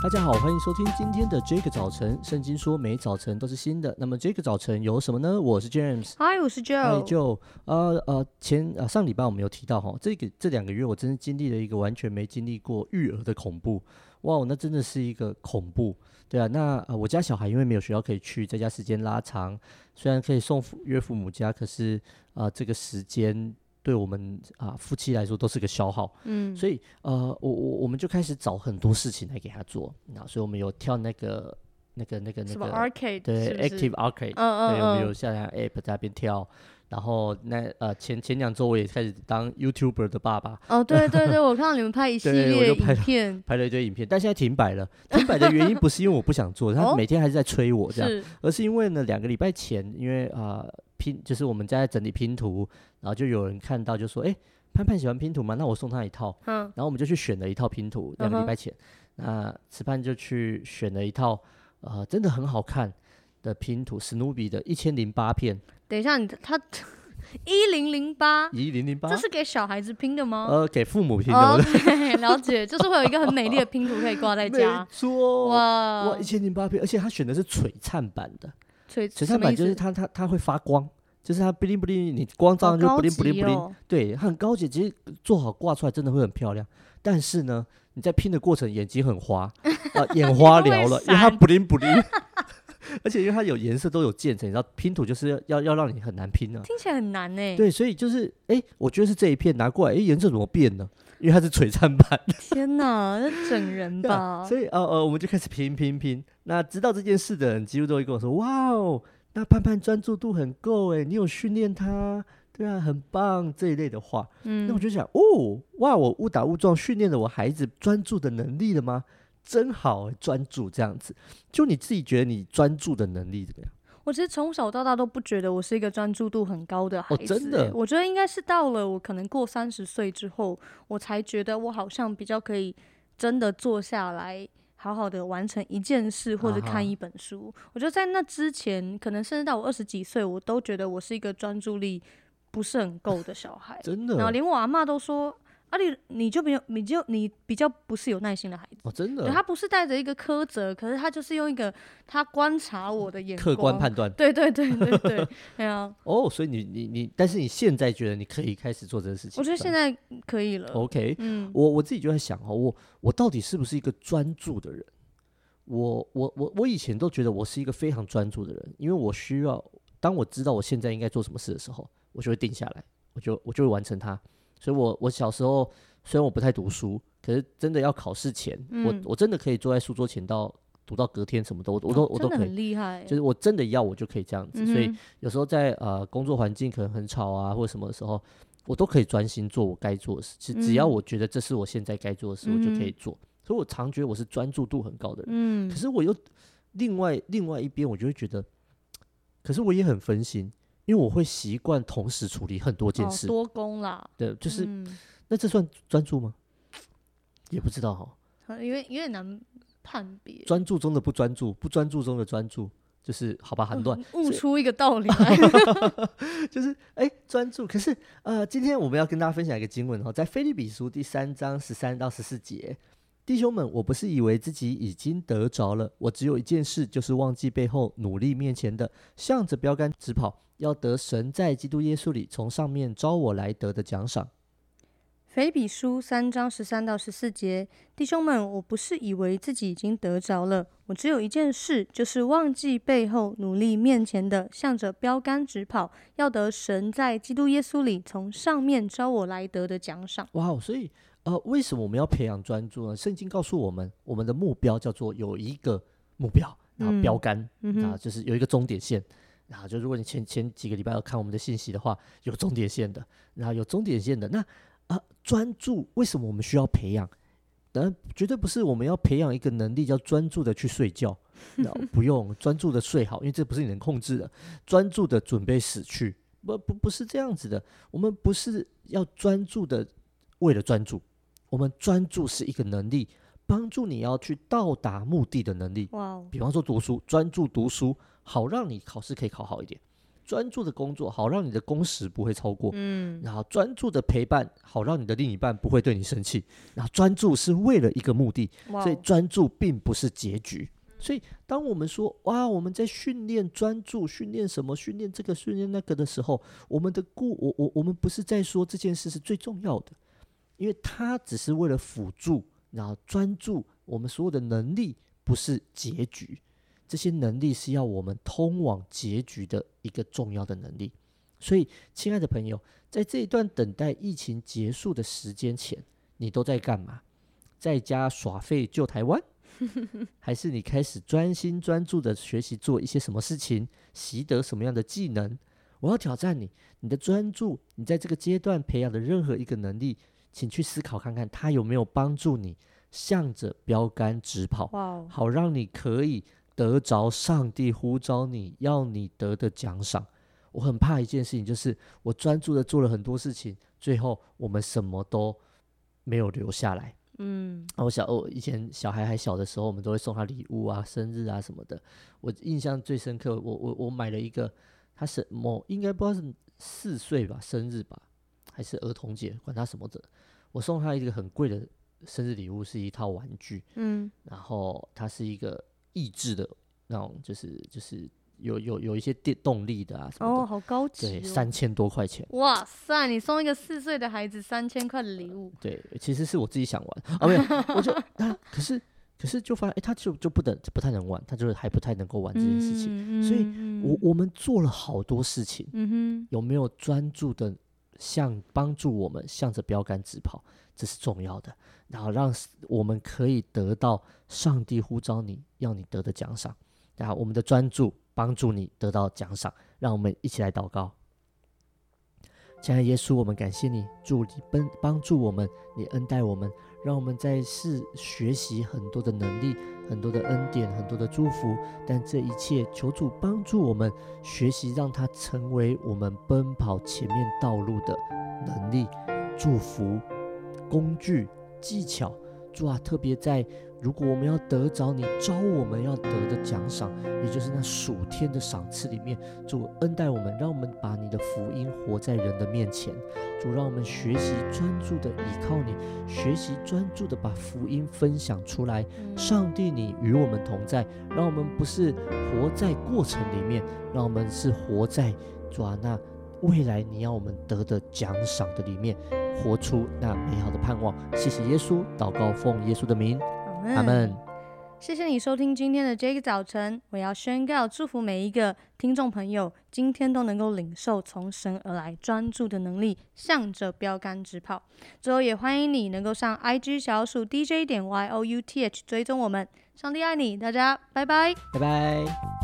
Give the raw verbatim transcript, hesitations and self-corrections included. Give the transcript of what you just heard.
大家好，欢迎收听今天的这个早晨。圣经说每早晨都是新的，那么这个早晨有什么呢？我是 James， 嗨，我是 Joe。 嗨 Joe， 呃呃，前呃上礼拜我们有提到哈，这个这两个月我真的经历了一个完全没经历过育儿的恐怖，哇，那真的是一个恐怖。对啊，那、呃、我家小孩因为没有学校可以去，在家时间拉长，虽然可以送岳父母家，可是啊、呃、这个时间。对我们啊、呃、夫妻来说都是个消耗，嗯，所以呃我我我们就开始找很多事情来给他做，那所以我们有跳那个那个那个那个 arcade 对是不是 Active Arcade， 嗯嗯对，我们嗯有下载 App 在那边跳，然后那呃前前两周我也开始当 YouTuber 的爸爸， 哦，对对对，我看到你们拍一系对，我列就拍了影片， 拍了一堆影片，但现在停摆了。停摆的原因不是因为我不想做，他哦每天还是在催我这样， 是而是因为呢两个礼拜前，因为啊、呃、拼就是我们在整理拼图，然后就有人看到就说，哎，潘潘喜欢拼图吗？那我送他一套， 嗯， 然后我们就去选了一套拼图，两个礼拜前，那池潘就去选了一套，呃，真的很好看的拼图，史努比的一千零八片， 等一下，你他一零零八， 一零零八， 这是给小孩子拼的吗？ 呃，给父母拼的， 哦，对，了解，就是会有一个很美丽的拼图可以挂在家没。错， 哇哇，一千零八片，而且他选的是璀璨版的， 璀璀璨版就是它它它会发光。就是它不灵不灵，你光照上就不灵不灵不灵， 哦、 对，它很高级，其实做好挂出来真的会很漂亮。但是呢，你在拼的过程眼睛很花，啊、呃，眼花缭了，因为它不灵不灵，而且因为它有颜色都有渐层，你知道拼图就是要要让你很难拼啊， 听起来很难呢。 对，所以就是哎、欸，我觉得是这一片拿过来，哎、欸，颜色怎么变呢？因为它是璀璨版。 天哪，这整人吧！ 所以呃呃，我们就开始拼拼拼。那知道这件事的人，几乎都会跟我说：“哇哦。”那潘潘专注度很够哎，你有训练他，对啊，很棒这一类的话，嗯，那我就想，哦，哇，我误打误撞训练了我孩子专注的能力了吗？真好，专注这样子。就你自己觉得你专注的能力怎么样？ 我其实从小到大都不觉得我是一个专注度很高的孩子、欸， 哦，真的， 我觉得应该是到了我可能过三十岁之后，我才觉得我好像比较可以真的坐下来。好好的完成一件事或者看一本书、啊、我觉得在那之前可能甚至到我二十几岁我都觉得我是一个专注力不是很够的小孩真的， 然后连我阿嬷都说啊你你就没有你就你比较不是有耐心的孩子、 哦、真的， 他不是带着一个苛责，可是他就是用一个他观察我的眼光客观判断， 对对对对对对啊哦，所以你你你，但是你现在觉得你可以开始做这个事情？ 我觉得现在可以了。 OK，嗯，我我自己就在想哦，我我到底是不是一个专注的人？我我我我以前都觉得我是一个非常专注的人，因为我需要当我知道我现在应该做什么事的时候，我就会定下来，我就我就会完成它。所以我我小时候虽然我不太读书，可是真的要考试前，嗯、我我真的可以坐在书桌前到读到隔天什么的，我我都、哦、我都可以，真的很厉害。 就是我真的要我就可以这样子。嗯、所以有时候在呃工作环境可能很吵啊或者什么的时候，我都可以专心做我该做的事。其实只要我觉得这是我现在该做的事，嗯、我就可以做。所以我常觉得我是专注度很高的人，嗯、可是我又另外另外一边，我就会觉得，可是我也很分心，因为我会习惯同时处理很多件事， 哦、多工啦。 对，就是、嗯、那这算专注吗？也不知道哈， 因为有点难判别。 专注中的不专注，不专注中的专注，就是好吧，很乱， 悟出一个道理来， 就是哎，专注。可是呃，今天我们要跟大家分享一个经文哦，在腓立比书第三章十三到十四节。弟兄们，我不是以为自己已经得着了，我只有一件事，就是忘记背后，努力面前的，向着标杆直跑，要得神在基督耶稣里从上面招我来得的奖赏。 腓立比书三章十三到十四节，弟兄们，我不是以为自己已经得着了，我只有一件事，就是忘记背后，努力面前的，向着标杆直跑，要得神在基督耶稣里从上面招我来得的奖赏。 哇，所以呃，为什么我们要培养专注呢？圣经告诉我们，我们的目标叫做有一个目标，然后标杆，嗯、然后就是有一个终点线。然后就如果你前前几个礼拜有看我们的信息的话，有终点线的，然后有终点线的，那啊，专注为什么我们需要培养？当然绝对不是我们要培养一个能力叫专注的去睡觉，不用专注的睡好，因为这不是你能控制的。专注的准备死去，不不不是这样子的。我们不是要专注的为了专注。我们专注是一个能力，帮助你要去到达目的的能力。 Wow. 比方说读书，专注读书，好让你考试可以考好一点。 专注的工作，好让你的工时不会超过，嗯，然后专注的陪伴，好让你的另一半不会对你生气，然后专注是为了一个目的，所以专注并不是结局。所以当我们说哇我们在训练专注，训练什么，训练这个训练那个的时候，我们的顾我我我们不是在说这件事是最重要的，因为它只是为了辅助，然后专注我们所有的能力不是结局，这些能力是要我们通往结局的一个重要的能力。所以亲爱的朋友，在这一段等待疫情结束的时间前，你都在干嘛？在家耍废救台湾？还是你开始专心专注的学习做一些什么事情，习得什么样的技能？我要挑战你，你的专注，你在这个阶段培养的任何一个能力，请去思考看看，它有没有帮助你向着标杆直跑， wow. 好让你可以得着上帝呼召你要你得的奖赏。我很怕一件事情，就是我专注的做了很多事情，最后我们什么都没有留下来。嗯，我小我以前小孩还小的时候，我们都会送他礼物啊、生日啊什么的。我印象最深刻，我我我买了一个，他是某应该不知道是四岁吧，生日吧，还是儿童节，管他什么的。我送他一个很贵的生日礼物，是一套玩具，嗯，然后它是一个益智的那种，就是就是有有有一些电动力的啊什么的。 哦，好高级哦。 对，三千多块钱。 哇塞，你送一个四岁的孩子三千块的礼物。 对，其实是我自己想玩啊，没有，我就啊，可是可是就发现，哎，他就就不能不太能玩，他就是还不太能够玩这件事情。嗯、所以我我们做了好多事情，嗯哼，有没有专注的向帮助我们向着标杆直跑，这是重要的。然后让我们可以得到上帝呼召你要你得的奖赏。然后我们的专注帮助你得到奖赏，让我们一起来祷告。亲爱的耶稣，我们感谢你，祝你帮助我们，你恩待我们，让我们在世学习很多的能力，很多的恩典，很多的祝福。但这一切求主帮助我们学习，让它成为我们奔跑前面道路的能力、祝福、工具、技巧。主啊，特别在如果我们要得着你召我们要得的奖赏，也就是那属天的赏赐里面，主恩待我们，让我们把你的福音活在人的面前。主让我们学习专注的依靠你，学习专注的把福音分享出来。上帝你与我们同在，让我们不是活在过程里面，让我们是活在主啊那未来你要我们得的奖赏的里面，活出那美好的盼望。谢谢耶稣，祷告奉耶稣的名，阿们。 谢谢你收听今天的这个早晨，我要宣告祝福每一个听众朋友，今天都能够领受从神而来专注的能力，向着标杆直跑。最后也欢迎你能够上 I G 小鼠 D J 点 Y O U T H 追踪我们。上帝爱你，大家拜拜， 拜拜。